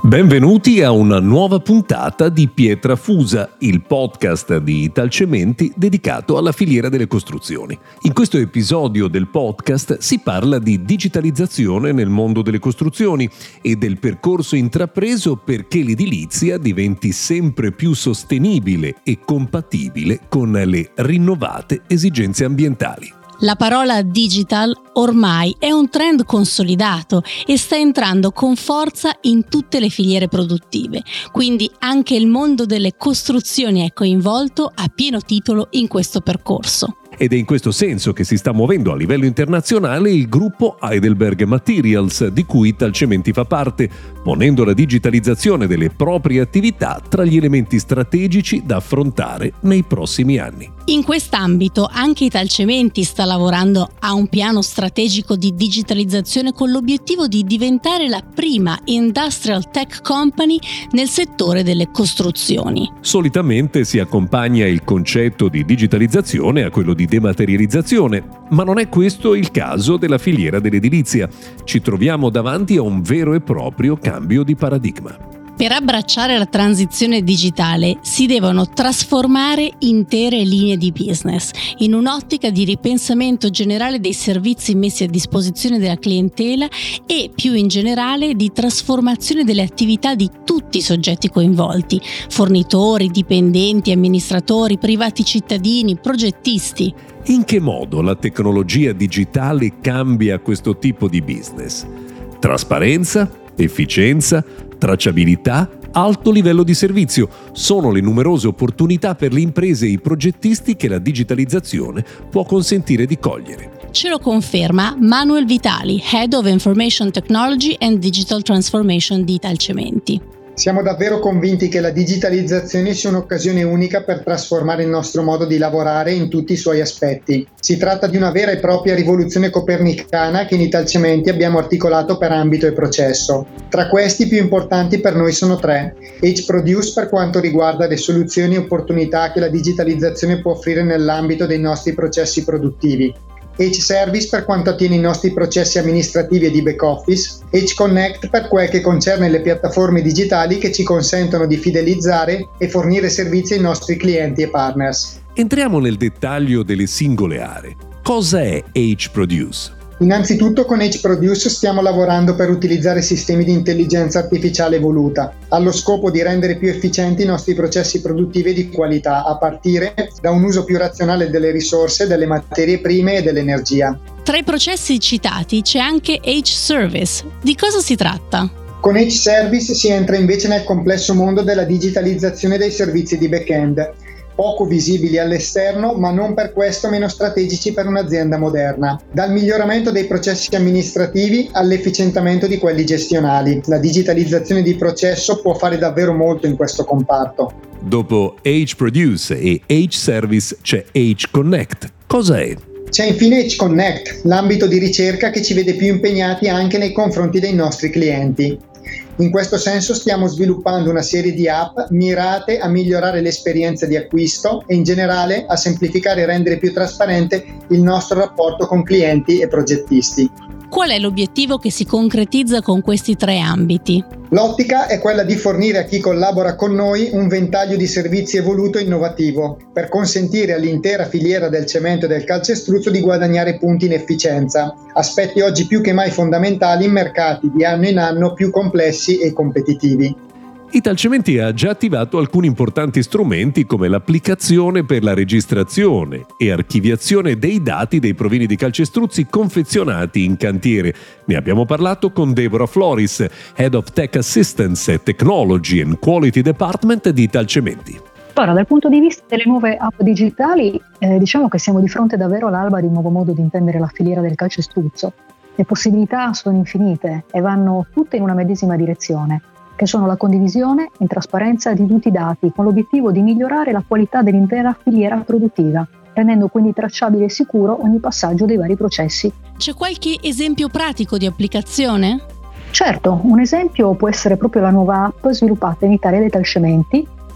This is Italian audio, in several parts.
Benvenuti a una nuova puntata di Pietrafusa, il podcast di Italcementi dedicato alla filiera delle costruzioni. In questo episodio del podcast si parla di digitalizzazione nel mondo delle costruzioni e del percorso intrapreso perché l'edilizia diventi sempre più sostenibile e compatibile con le rinnovate esigenze ambientali. La parola digital ormai è un trend consolidato e sta entrando con forza in tutte le filiere produttive, quindi anche il mondo delle costruzioni è coinvolto a pieno titolo in questo percorso. Ed è in questo senso che si sta muovendo a livello internazionale il gruppo Heidelberg Materials, di cui Italcementi fa parte, ponendo la digitalizzazione delle proprie attività tra gli elementi strategici da affrontare nei prossimi anni. In quest'ambito anche Italcementi sta lavorando a un piano strategico di digitalizzazione con l'obiettivo di diventare la prima industrial tech company nel settore delle costruzioni. Solitamente si accompagna il concetto di digitalizzazione a quello di dematerializzazione, ma non è questo il caso della filiera dell'edilizia. Ci troviamo davanti a un vero e proprio cambio di paradigma. Per abbracciare la transizione digitale si devono trasformare intere linee di business in un'ottica di ripensamento generale dei servizi messi a disposizione della clientela e più in generale di trasformazione delle attività di tutti i soggetti coinvolti: fornitori, dipendenti, amministratori, privati cittadini, progettisti. In che modo la tecnologia digitale cambia questo tipo di business? Trasparenza, efficienza, tracciabilità, alto livello di servizio sono le numerose opportunità per le imprese e i progettisti che la digitalizzazione può consentire di cogliere. Ce lo conferma Manuel Vitali, Head of Information Technology and Digital Transformation di Italcementi. Siamo davvero convinti che la digitalizzazione sia un'occasione unica per trasformare il nostro modo di lavorare in tutti i suoi aspetti. Si tratta di una vera e propria rivoluzione copernicana che in Italcementi abbiamo articolato per ambito e processo. Tra questi i più importanti per noi sono tre: H-Produce per quanto riguarda le soluzioni e opportunità che la digitalizzazione può offrire nell'ambito dei nostri processi produttivi, H-Service per quanto attiene i nostri processi amministrativi e di back office, H-Connect per quel che concerne le piattaforme digitali che ci consentono di fidelizzare e fornire servizi ai nostri clienti e partners. Entriamo nel dettaglio delle singole aree. Cosa è H-Produce? Innanzitutto con H-Produce stiamo lavorando per utilizzare sistemi di intelligenza artificiale evoluta, allo scopo di rendere più efficienti i nostri processi produttivi e di qualità, a partire da un uso più razionale delle risorse, delle materie prime e dell'energia. Tra i processi citati c'è anche H-Service. Di cosa si tratta? Con H-Service si entra invece nel complesso mondo della digitalizzazione dei servizi di back-end, poco visibili all'esterno, ma non per questo meno strategici per un'azienda moderna. Dal miglioramento dei processi amministrativi all'efficientamento di quelli gestionali, la digitalizzazione di processo può fare davvero molto in questo comparto. Dopo H-Produce e H-Service c'è H-Connect. Cosa è? C'è infine H-Connect, l'ambito di ricerca che ci vede più impegnati anche nei confronti dei nostri clienti. In questo senso stiamo sviluppando una serie di app mirate a migliorare l'esperienza di acquisto e in generale a semplificare e rendere più trasparente il nostro rapporto con clienti e progettisti. Qual è l'obiettivo che si concretizza con questi tre ambiti? L'ottica è quella di fornire a chi collabora con noi un ventaglio di servizi evoluto e innovativo per consentire all'intera filiera del cemento e del calcestruzzo di guadagnare punti in efficienza, aspetti oggi più che mai fondamentali in mercati di anno in anno più complessi e competitivi. Italcementi ha già attivato alcuni importanti strumenti come l'applicazione per la registrazione e archiviazione dei dati dei provini di calcestruzzi confezionati in cantiere. Ne abbiamo parlato con Deborah Floris, Head of Tech Assistance, Technology and Quality Department di Italcementi. Ora, dal punto di vista delle nuove app digitali, diciamo che siamo di fronte davvero all'alba di un nuovo modo di intendere la filiera del calcestruzzo. Le possibilità sono infinite e vanno tutte in una medesima direzione, che sono la condivisione in trasparenza di tutti i dati, con l'obiettivo di migliorare la qualità dell'intera filiera produttiva, rendendo quindi tracciabile e sicuro ogni passaggio dei vari processi. C'è qualche esempio pratico di applicazione? Certo, un esempio può essere proprio la nuova app sviluppata in Italia da Italcementi,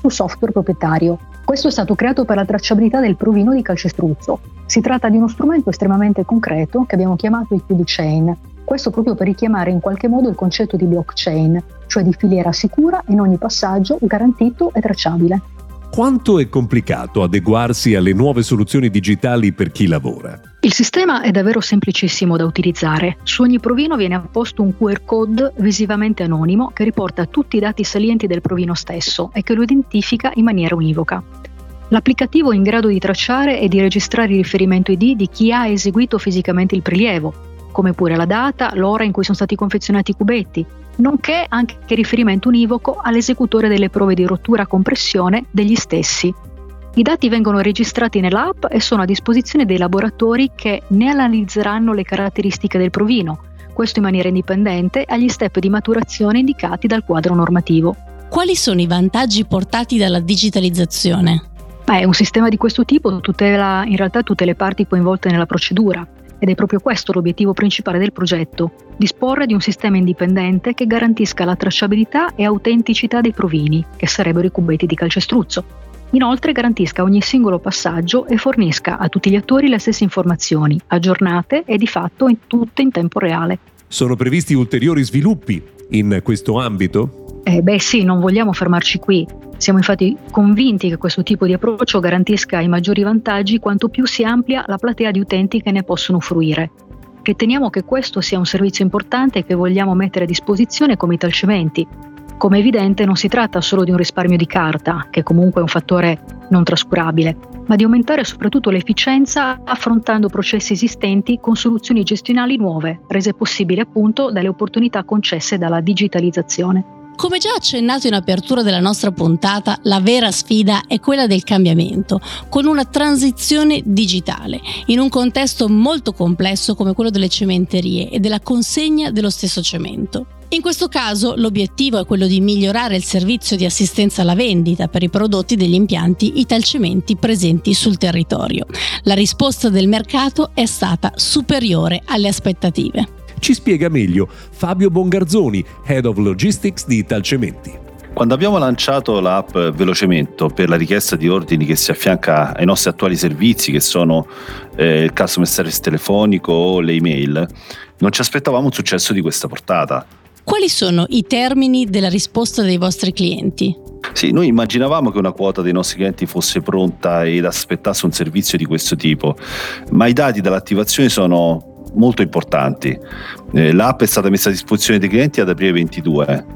sul software proprietario. Questo è stato creato per la tracciabilità del provino di calcestruzzo. Si tratta di uno strumento estremamente concreto che abbiamo chiamato IQ Chain. Questo proprio per richiamare in qualche modo il concetto di blockchain, cioè di filiera sicura in ogni passaggio, garantito e tracciabile. Quanto è complicato adeguarsi alle nuove soluzioni digitali per chi lavora? Il sistema è davvero semplicissimo da utilizzare. Su ogni provino viene apposto un QR code visivamente anonimo che riporta tutti i dati salienti del provino stesso e che lo identifica in maniera univoca. L'applicativo è in grado di tracciare e di registrare il riferimento ID di chi ha eseguito fisicamente il prelievo, come pure la data, l'ora in cui sono stati confezionati i cubetti, nonché anche riferimento univoco all'esecutore delle prove di rottura-compressione degli stessi. I dati vengono registrati nell'app e sono a disposizione dei laboratori che ne analizzeranno le caratteristiche del provino, questo in maniera indipendente agli step di maturazione indicati dal quadro normativo. Quali sono i vantaggi portati dalla digitalizzazione? Un sistema di questo tipo tutela in realtà tutte le parti coinvolte nella procedura. Ed è proprio questo l'obiettivo principale del progetto: disporre di un sistema indipendente che garantisca la tracciabilità e autenticità dei provini, che sarebbero i cubetti di calcestruzzo. Inoltre garantisca ogni singolo passaggio e fornisca a tutti gli attori le stesse informazioni, aggiornate e di fatto tutte in tempo reale. Sono previsti ulteriori sviluppi in questo ambito? Sì, non vogliamo fermarci qui. Siamo infatti convinti che questo tipo di approccio garantisca i maggiori vantaggi quanto più si amplia la platea di utenti che ne possono fruire. Riteniamo che questo sia un servizio importante che vogliamo mettere a disposizione come Italcementi. Come è evidente, non si tratta solo di un risparmio di carta, che comunque è un fattore non trascurabile, ma di aumentare soprattutto l'efficienza affrontando processi esistenti con soluzioni gestionali nuove, rese possibili appunto dalle opportunità concesse dalla digitalizzazione. Come già accennato in apertura della nostra puntata, la vera sfida è quella del cambiamento, con una transizione digitale, in un contesto molto complesso come quello delle cementerie e della consegna dello stesso cemento. In questo caso l'obiettivo è quello di migliorare il servizio di assistenza alla vendita per i prodotti degli impianti Italcementi presenti sul territorio. La risposta del mercato è stata superiore alle aspettative. Ci spiega meglio Fabio Bongarzoni, Head of Logistics di Italcementi. Quando abbiamo lanciato l'app Velocemento per la richiesta di ordini che si affianca ai nostri attuali servizi, che sono il customer service telefonico o le email, non ci aspettavamo un successo di questa portata. Quali sono i termini della risposta dei vostri clienti? Sì, noi immaginavamo che una quota dei nostri clienti fosse pronta ed aspettasse un servizio di questo tipo, ma i dati dall'attivazione sono molto importanti. L'app è stata messa a disposizione dei clienti ad aprile 22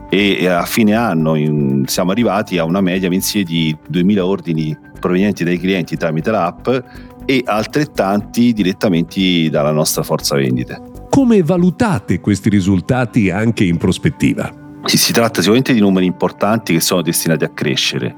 e a fine anno siamo arrivati a una media mensile di 2000 ordini provenienti dai clienti tramite l'app e altrettanti direttamente dalla nostra forza vendite. Come valutate questi risultati anche in prospettiva? Sì, si tratta sicuramente di numeri importanti che sono destinati a crescere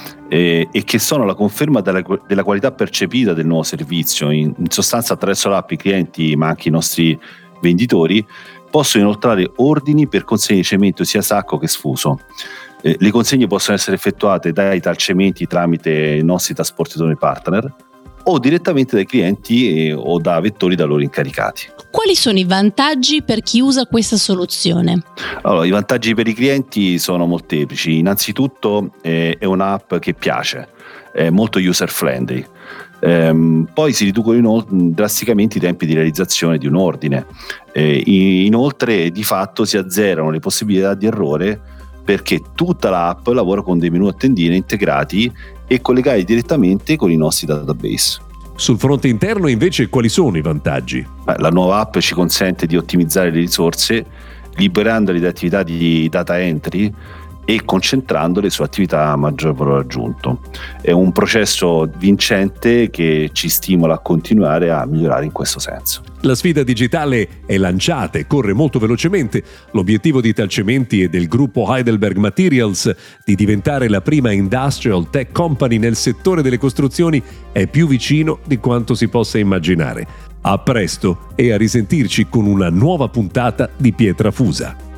e che sono la conferma della qualità percepita del nuovo servizio. In sostanza, attraverso l'app i clienti, ma anche i nostri venditori, possono inoltrare ordini per consegne di cemento sia sacco che sfuso. Le consegne possono essere effettuate dai Italcementi tramite i nostri trasportatori partner o direttamente dai clienti o da vettori da loro incaricati. Quali sono i vantaggi per chi usa questa soluzione? Allora, i vantaggi per i clienti sono molteplici. Innanzitutto è un'app che piace, è molto user friendly. Poi si riducono drasticamente i tempi di realizzazione di un ordine. Inoltre di fatto si azzerano le possibilità di errore perché tutta l'app lavora con dei menu a tendine integrati e collegati direttamente con i nostri database. Sul fronte interno invece quali sono i vantaggi? La nuova app ci consente di ottimizzare le risorse liberandole da attività di data entry e concentrandole su attività a maggior valore aggiunto. È un processo vincente che ci stimola a continuare a migliorare in questo senso. La sfida digitale è lanciata e corre molto velocemente. L'obiettivo di Italcementi e del gruppo Heidelberg Materials di diventare la prima industrial tech company nel settore delle costruzioni è più vicino di quanto si possa immaginare. A presto e a risentirci con una nuova puntata di Pietra Fusa.